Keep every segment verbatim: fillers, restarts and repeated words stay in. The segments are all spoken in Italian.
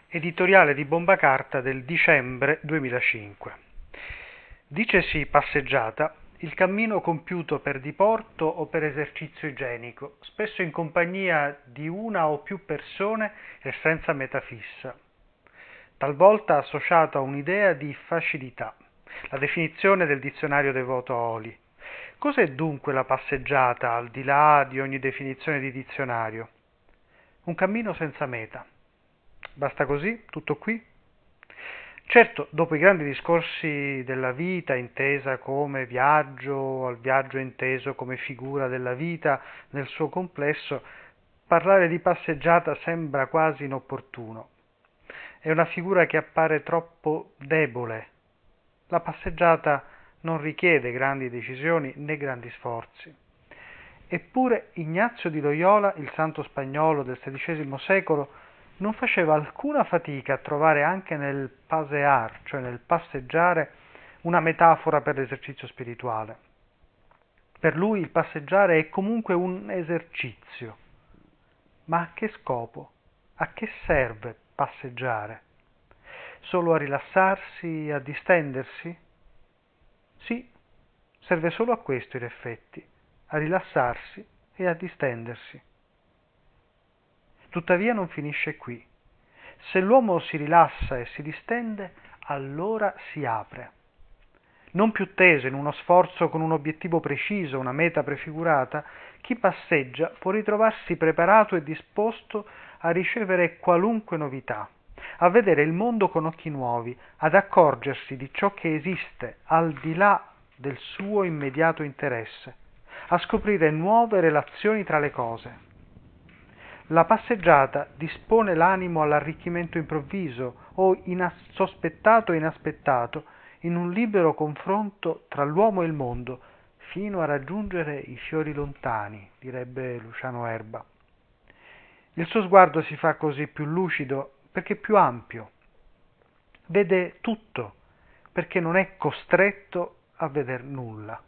Editoriale di Bomba Carta del dicembre duemilacinque. Dicesi passeggiata il cammino compiuto per diporto o per esercizio igienico, spesso in compagnia di una o più persone e senza meta fissa, talvolta associato a un'idea di facilità, la definizione del dizionario Devoto Oli. Cos'è dunque la passeggiata al di là di ogni definizione di dizionario? Un cammino senza meta. Basta così? Tutto qui? Certo, dopo i grandi discorsi della vita intesa come viaggio, al viaggio inteso come figura della vita nel suo complesso, parlare di passeggiata sembra quasi inopportuno. È una figura che appare troppo debole. La passeggiata non richiede grandi decisioni né grandi sforzi. Eppure Ignazio di Loyola, il santo spagnolo del sedicesimo secolo, non faceva alcuna fatica a trovare anche nel pasear, cioè nel passeggiare, una metafora per l'esercizio spirituale. Per lui il passeggiare è comunque un esercizio. Ma a che scopo? A che serve passeggiare? Solo a rilassarsi, a distendersi? Sì, serve solo a questo in effetti, a rilassarsi e a distendersi. Tuttavia non finisce qui. Se l'uomo si rilassa e si distende, allora si apre. Non più teso in uno sforzo con un obiettivo preciso, una meta prefigurata, chi passeggia può ritrovarsi preparato e disposto a ricevere qualunque novità, a vedere il mondo con occhi nuovi, ad accorgersi di ciò che esiste al di là del suo immediato interesse, a scoprire nuove relazioni tra le cose. La passeggiata dispone l'animo all'arricchimento improvviso o sospettato e inaspettato in un libero confronto tra l'uomo e il mondo, fino a raggiungere i fiori lontani, direbbe Luciano Erba. Il suo sguardo si fa così più lucido perché più ampio. Vede tutto perché non è costretto a veder nulla.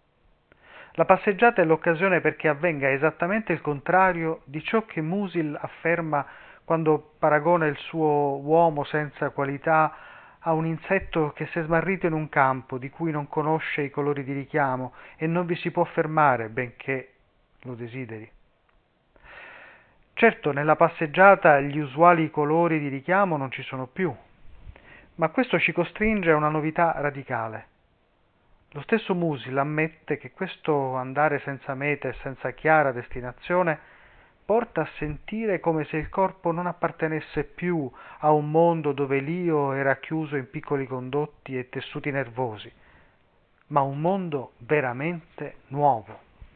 La passeggiata è l'occasione perché avvenga esattamente il contrario di ciò che Musil afferma quando paragona il suo uomo senza qualità a un insetto che si è smarrito in un campo di cui non conosce i colori di richiamo e non vi si può fermare benché lo desideri. Certo, nella passeggiata gli usuali colori di richiamo non ci sono più, ma questo ci costringe a una novità radicale. Lo stesso Musil ammette che questo andare senza meta e senza chiara destinazione porta a sentire come se il corpo non appartenesse più a un mondo dove l'io era chiuso in piccoli condotti e tessuti nervosi, ma un mondo veramente nuovo.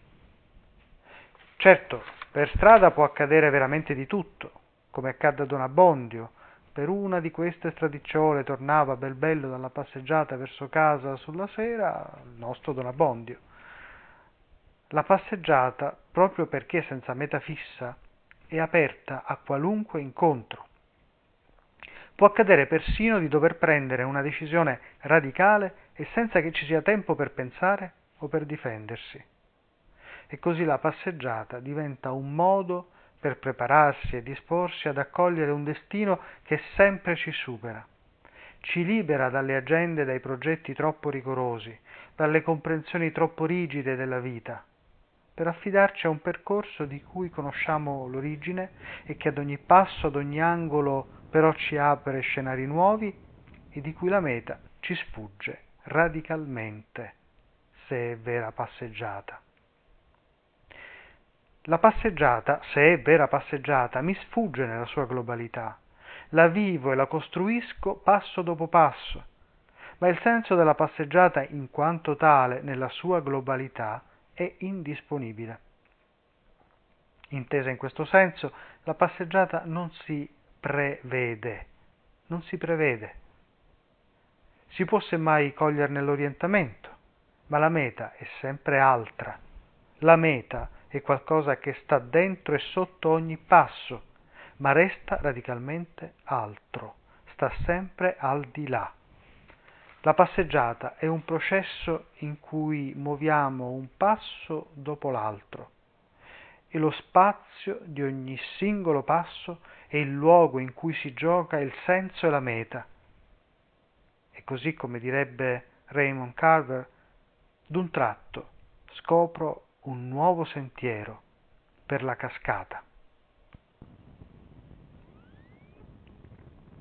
Certo, per strada può accadere veramente di tutto, come accadde a Don Abbondio. Per una di queste stradicciole tornava bel bello dalla passeggiata verso casa sulla sera il nostro Don Abbondio. La passeggiata, proprio perché senza meta fissa, è aperta a qualunque incontro. Può accadere persino di dover prendere una decisione radicale e senza che ci sia tempo per pensare o per difendersi. E così la passeggiata diventa un modo per prepararsi e disporsi ad accogliere un destino che sempre ci supera. Ci libera dalle agende e dai progetti troppo rigorosi, dalle comprensioni troppo rigide della vita, per affidarci a un percorso di cui conosciamo l'origine e che ad ogni passo, ad ogni angolo però ci apre scenari nuovi e di cui la meta ci sfugge radicalmente, se è vera passeggiata. La passeggiata, se è vera passeggiata, mi sfugge nella sua globalità. La vivo e la costruisco passo dopo passo, ma il senso della passeggiata in quanto tale, nella sua globalità, è indisponibile. Intesa in questo senso, la passeggiata non si prevede, non si prevede. Si può semmai coglierne l'orientamento, ma la meta è sempre altra. La meta è qualcosa che sta dentro e sotto ogni passo, ma resta radicalmente altro, sta sempre al di là. La passeggiata è un processo in cui muoviamo un passo dopo l'altro e lo spazio di ogni singolo passo è il luogo in cui si gioca il senso e la meta. E così, come direbbe Raymond Carver, d'un tratto scopro un nuovo sentiero per la cascata.